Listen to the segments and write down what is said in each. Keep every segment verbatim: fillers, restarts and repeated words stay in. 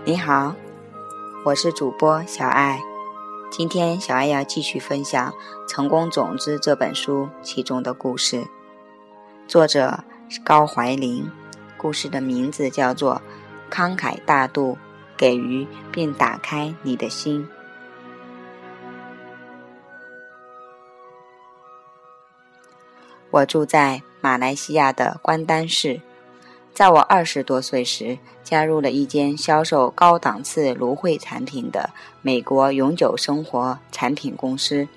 你好，我是主播小爱。今天小爱要继续分享《成功种子》这本书其中的故事，作者是高怀林，故事的名字叫做慷慨大度，给予并打开你的心。我住在马来西亚的关丹市，在我二十多岁时，加入了一间销售高档次芦荟产品的美国永久生活产品公司。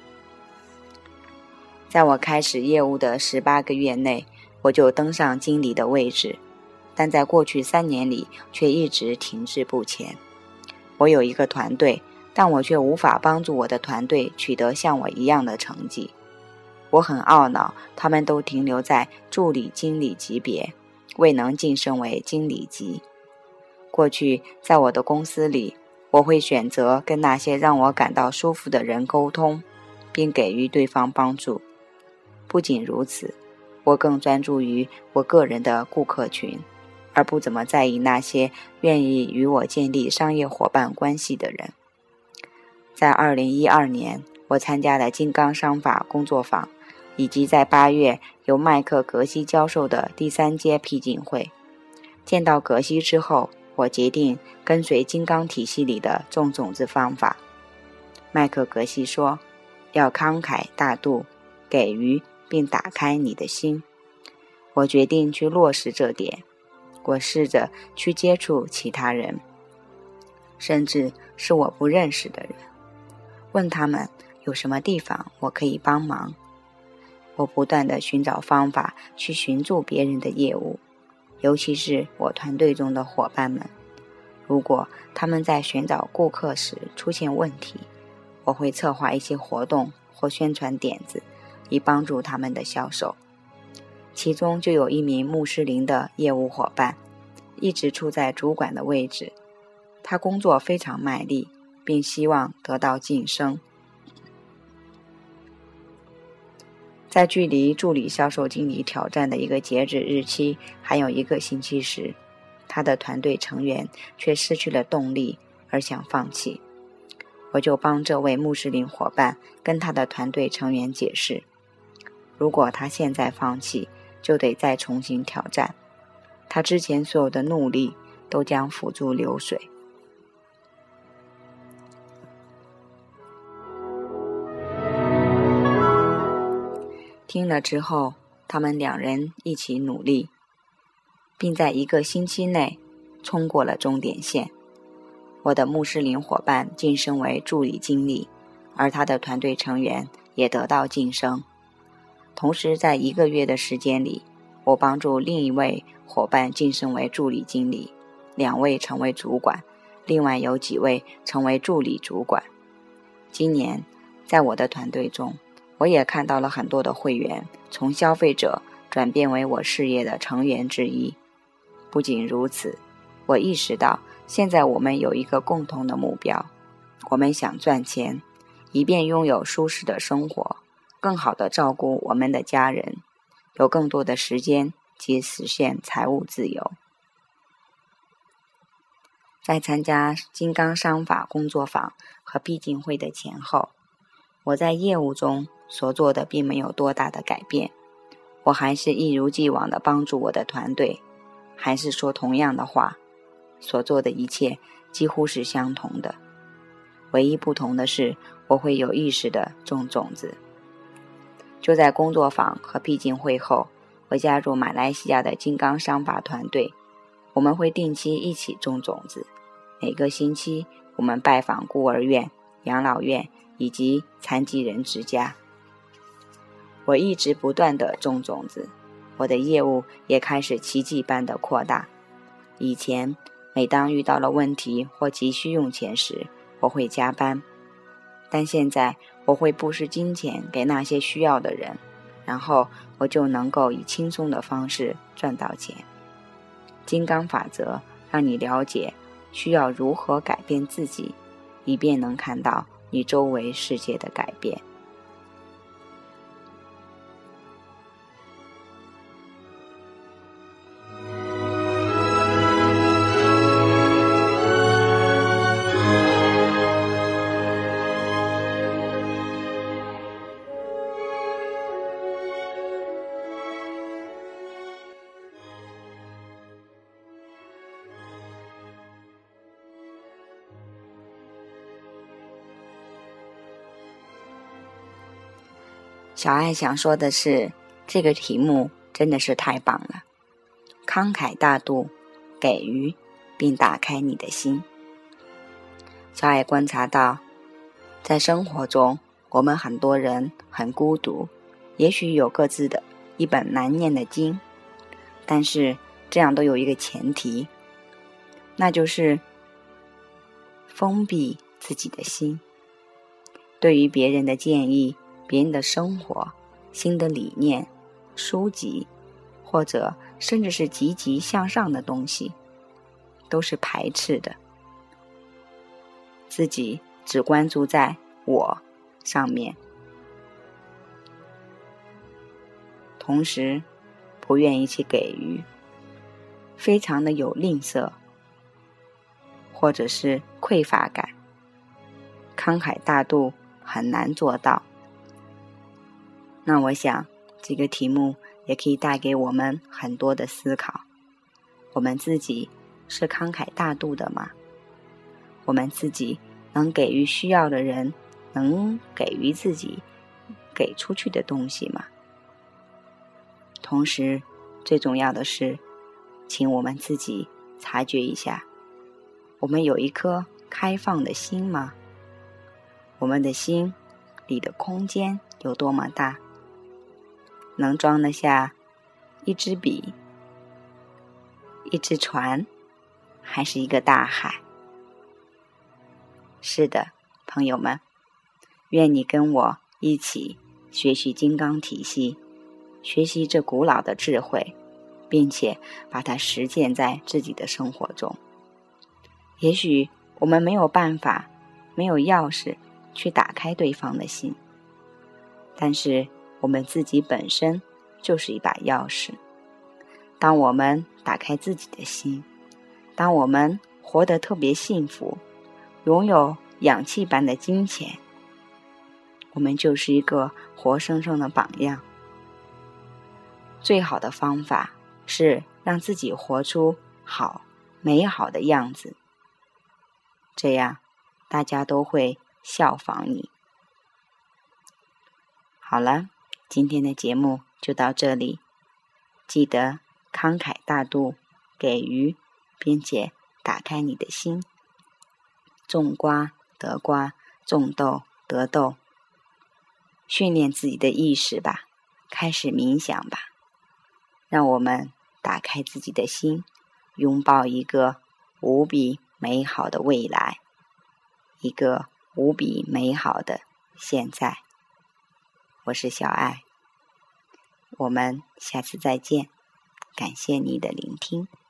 在我开始业务的十八个月内，我就登上经理的位置，但在过去三年里却一直停滞不前。我有一个团队，但我却无法帮助我的团队取得像我一样的成绩。我很懊恼，他们都停留在助理经理级别，未能晋升为经理级。过去在我的公司里，我会选择跟那些让我感到舒服的人沟通，并给予对方帮助。不仅如此，我更专注于我个人的顾客群，而不怎么在意那些愿意与我建立商业伙伴关系的人。在二零一二年，我参加了金刚商法工作坊，以及在八月由麦克格西教授的第三阶僻静会。见到格西之后，我决定跟随金刚体系里的种种子方法。麦克格西说，要慷慨大度，给予并打开你的心。我决定去落实这点。我试着去接触其他人，甚至是我不认识的人，问他们有什么地方我可以帮忙。我不断地寻找方法去寻助别人的业务，尤其是我团队中的伙伴们。如果他们在寻找顾客时出现问题，我会策划一些活动或宣传点子，以帮助他们的销售。其中就有一名穆斯林的业务伙伴，一直处在主管的位置。他工作非常卖力，并希望得到晋升。在距离助理销售经理挑战的一个截止日期还有一个星期时，他的团队成员却失去了动力而想放弃。我就帮这位穆斯林伙伴跟他的团队成员解释，如果他现在放弃，就得再重新挑战，他之前所有的努力都将付诸流水。听了之后，他们两人一起努力，并在一个星期内冲过了终点线。我的穆斯林伙伴晋升为助理经理，而他的团队成员也得到晋升。同时在一个月的时间里，我帮助另一位伙伴晋升为助理经理，两位成为主管，另外有几位成为助理主管。今年在我的团队中，我也看到了很多的会员从消费者转变为我事业的成员之一。不仅如此，我意识到现在我们有一个共同的目标，我们想赚钱，以便拥有舒适的生活，更好地照顾我们的家人，有更多的时间及实现财务自由。在参加金刚商法工作坊和闭静会的前后，我在业务中所做的并没有多大的改变，我还是一如既往地帮助我的团队，还是说同样的话，所做的一切几乎是相同的。唯一不同的是，我会有意识地种种子。就在工作坊和闭静会后，我加入马来西亚的金刚商法团队，我们会定期一起种种子。每个星期我们拜访孤儿院、养老院以及残疾人之家。我一直不断地种种子，我的业务也开始奇迹般的扩大。以前每当遇到了问题或急需用钱时，我会加班，但现在我会布施金钱给那些需要的人，然后我就能够以轻松的方式赚到钱。金刚法则让你了解需要如何改变自己，以便能看到你周围世界的改变。 小爱想说的是，这个题目真的是太棒了。慷慨大度，给予并打开你的心。小爱观察到，在生活中，我们很多人很孤独，也许有各自的一本难念的经，但是这样都有一个前提，那就是封闭自己的心。对于别人的建议、别人的生活、新的理念、书籍，或者甚至是积极向上的东西，都是排斥的。自己只关注在我上面，同时不愿意去给予，非常的有吝啬，或者是匮乏感。慷慨大度很难做到。那我想这个题目也可以带给我们很多的思考。我们自己是慷慨大度的吗？我们自己能给予需要的人，能给予自己给出去的东西吗？同时最重要的是，请我们自己察觉一下，我们有一颗开放的心吗？我们的心里的空间有多么大？能装得下一支笔、一只船，还是一个大海？是的，朋友们，愿你跟我一起学习金刚体系，学习这古老的智慧，并且把它实践在自己的生活中。也许我们没有办法，没有钥匙去打开对方的心，但是我们自己本身就是一把钥匙。当我们打开自己的心，当我们活得特别幸福，拥有氧气般的金钱，我们就是一个活生生的榜样。最好的方法是让自己活出好、美好的样子，这样大家都会效仿你。好了，今天的节目就到这里，记得慷慨大度，给予，并且打开你的心。种瓜得瓜，种豆得豆。训练自己的意识吧，开始冥想吧，让我们打开自己的心，拥抱一个无比美好的未来，一个无比美好的现在。我是小爱，我们下次再见，感谢你的聆听。